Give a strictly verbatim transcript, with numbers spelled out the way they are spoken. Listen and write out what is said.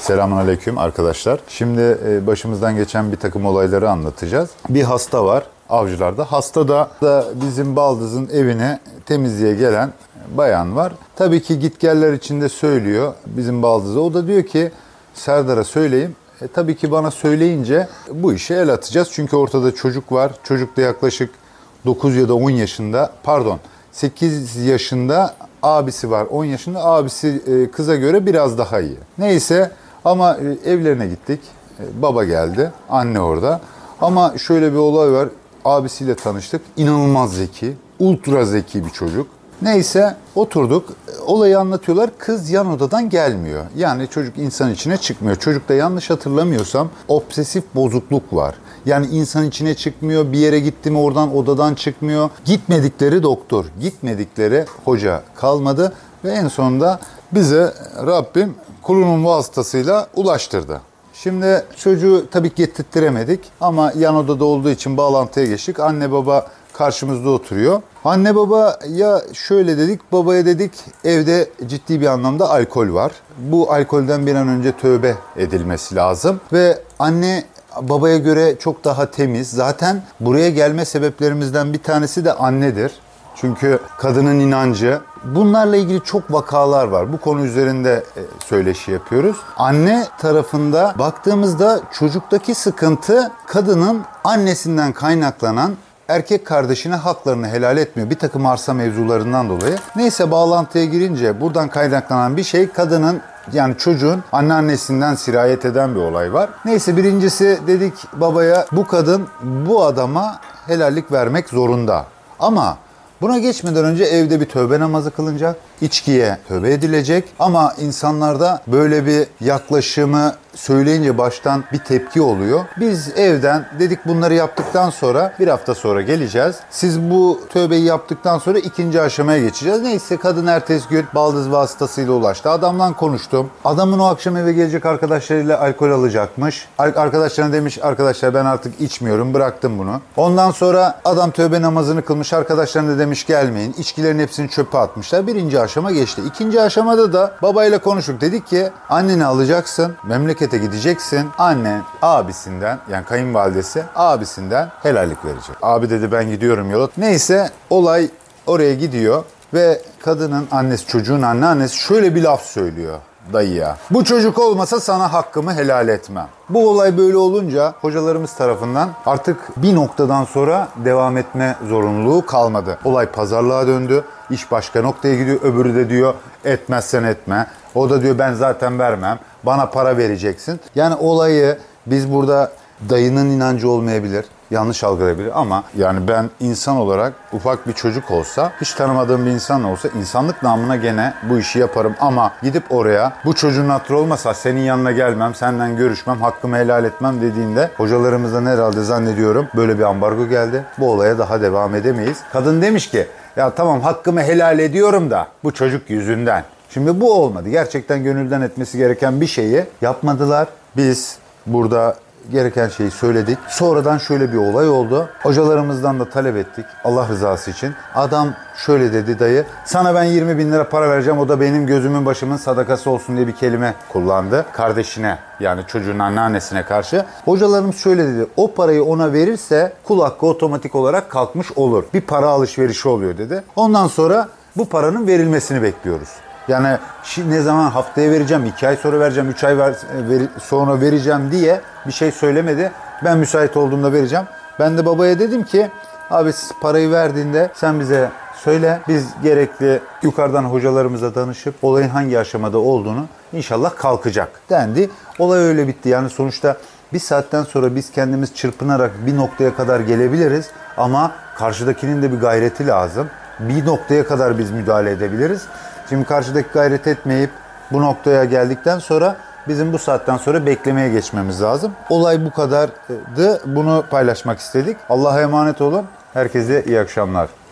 Selamünaleyküm arkadaşlar. Şimdi başımızdan geçen bir takım olayları anlatacağız. Bir hasta var Avcılar'da. Hasta da, da bizim baldızın evine temizliğe gelen bayan var. Tabii ki gitgeller içinde söylüyor bizim baldızı. O da diyor ki Serdar'a söyleyeyim. E, tabii ki bana söyleyince bu işe el atacağız. Çünkü ortada çocuk var. Çocuk da yaklaşık dokuz ya da on yaşında, pardon sekiz yaşında abisi var. on yaşında abisi kıza göre biraz daha iyi. Neyse ama evlerine gittik. Baba geldi. Anne orada. Ama şöyle bir olay var. Abisiyle tanıştık. İnanılmaz zeki. Ultra zeki bir çocuk. Neyse oturduk. Olayı anlatıyorlar. Kız yan odadan gelmiyor. Yani çocuk insan içine çıkmıyor. Çocukta yanlış hatırlamıyorsam obsesif bozukluk var. Yani insan içine çıkmıyor. Bir yere gitti mi oradan odadan çıkmıyor. Gitmedikleri doktor, gitmedikleri hoca kalmadı. Ve en sonunda bize Rabbim kulunun vasıtasıyla ulaştırdı. Şimdi çocuğu tabii getirttiremedik ama yan odada olduğu için bağlantıya geçtik. Anne baba karşımızda oturuyor. Anne baba ya şöyle dedik, babaya dedik evde ciddi bir anlamda alkol var. Bu alkolden bir an önce tövbe edilmesi lazım. Ve anne babaya göre çok daha temiz. Zaten buraya gelme sebeplerimizden bir tanesi de annedir. Çünkü kadının inancı. Bunlarla ilgili çok vakalar var. Bu konu üzerinde söyleşi yapıyoruz. Anne tarafında baktığımızda çocuktaki sıkıntı kadının annesinden kaynaklanan erkek kardeşine haklarını helal etmiyor. Bir takım arsa mevzularından dolayı. Neyse bağlantıya girince buradan kaynaklanan bir şey kadının yani çocuğun anneannesinden sirayet eden bir olay var. Neyse birincisi dedik babaya bu kadın bu adama helallik vermek zorunda. Ama buna geçmeden önce evde bir tövbe namazı kılınacak, içkiye tövbe edilecek ama insanlarda böyle bir yaklaşımı söyleyince baştan bir tepki oluyor. Biz evden dedik bunları yaptıktan sonra bir hafta sonra geleceğiz. Siz bu tövbeyi yaptıktan sonra ikinci aşamaya geçeceğiz. Neyse kadın ertesi gün baldız vasıtasıyla ulaştı. Adamla konuştum. Adamın o akşam eve gelecek arkadaşlarıyla alkol alacakmış. Arkadaşlarına demiş arkadaşlar ben artık içmiyorum bıraktım bunu. Ondan sonra adam tövbe namazını kılmış. Arkadaşlarına demiş gelmeyin. İçkilerin hepsini çöpe atmışlar. Birinci aşama geçti. İkinci aşamada da babayla konuştuk. Dedik ki anneni alacaksın. Memleket gideceksin. Annen abisinden yani kayınvalidesi abisinden helallik verecek. Abi dedi ben gidiyorum yola. Neyse olay oraya gidiyor ve kadının annesi çocuğun anneannesi şöyle bir laf söylüyor dayıya. Bu çocuk olmasa sana hakkımı helal etmem. Bu olay böyle olunca hocalarımız tarafından artık bir noktadan sonra devam etme zorunluluğu kalmadı. Olay pazarlığa döndü. İş başka noktaya gidiyor. Öbürü de diyor etmezsen etme. O da diyor ben zaten vermem. Bana para vereceksin. Yani olayı biz burada dayının inancı olmayabilir. Yanlış algılayabilir ama yani ben insan olarak ufak bir çocuk olsa, hiç tanımadığım bir insan olsa insanlık namına gene bu işi yaparım ama gidip oraya bu çocuğun hatırı olmasa senin yanına gelmem, senden görüşmem, hakkımı helal etmem dediğinde hocalarımızdan herhalde zannediyorum böyle bir ambargo geldi. Bu olaya daha devam edemeyiz. Kadın demiş ki ya tamam hakkımı helal ediyorum da bu çocuk yüzünden. Şimdi bu olmadı. Gerçekten gönülden etmesi gereken bir şeyi yapmadılar. Biz burada gereken şeyi söyledik. Sonradan şöyle bir olay oldu. Hocalarımızdan da talep ettik. Allah rızası için. Adam şöyle dedi dayı. Sana ben yirmi bin lira para vereceğim. O da benim gözümün başımın sadakası olsun diye bir kelime kullandı. Kardeşine yani çocuğun anneannesine karşı. Hocalarımız şöyle dedi. O parayı ona verirse kul hakkı otomatik olarak kalkmış olur. Bir para alışverişi oluyor dedi. Ondan sonra bu paranın verilmesini bekliyoruz. Yani ne zaman haftaya vereceğim, iki ay sonra vereceğim, üç ay ver, ver, sonra vereceğim diye bir şey söylemedi. Ben müsait olduğumda vereceğim. Ben de babaya dedim ki abi parayı verdiğinde sen bize söyle. Biz gerekli yukarıdan hocalarımıza danışıp olayın hangi aşamada olduğunu inşallah kalkacak dendi. Olay öyle bitti. Yani sonuçta bir saatten sonra biz kendimiz çırpınarak bir noktaya kadar gelebiliriz. Ama karşıdakinin de bir gayreti lazım. Bir noktaya kadar biz müdahale edebiliriz. Şimdi karşıdaki gayret etmeyip bu noktaya geldikten sonra bizim bu saatten sonra beklemeye geçmemiz lazım. Olay bu kadardı. Bunu paylaşmak istedik. Allah'a emanet olun. Herkese iyi akşamlar.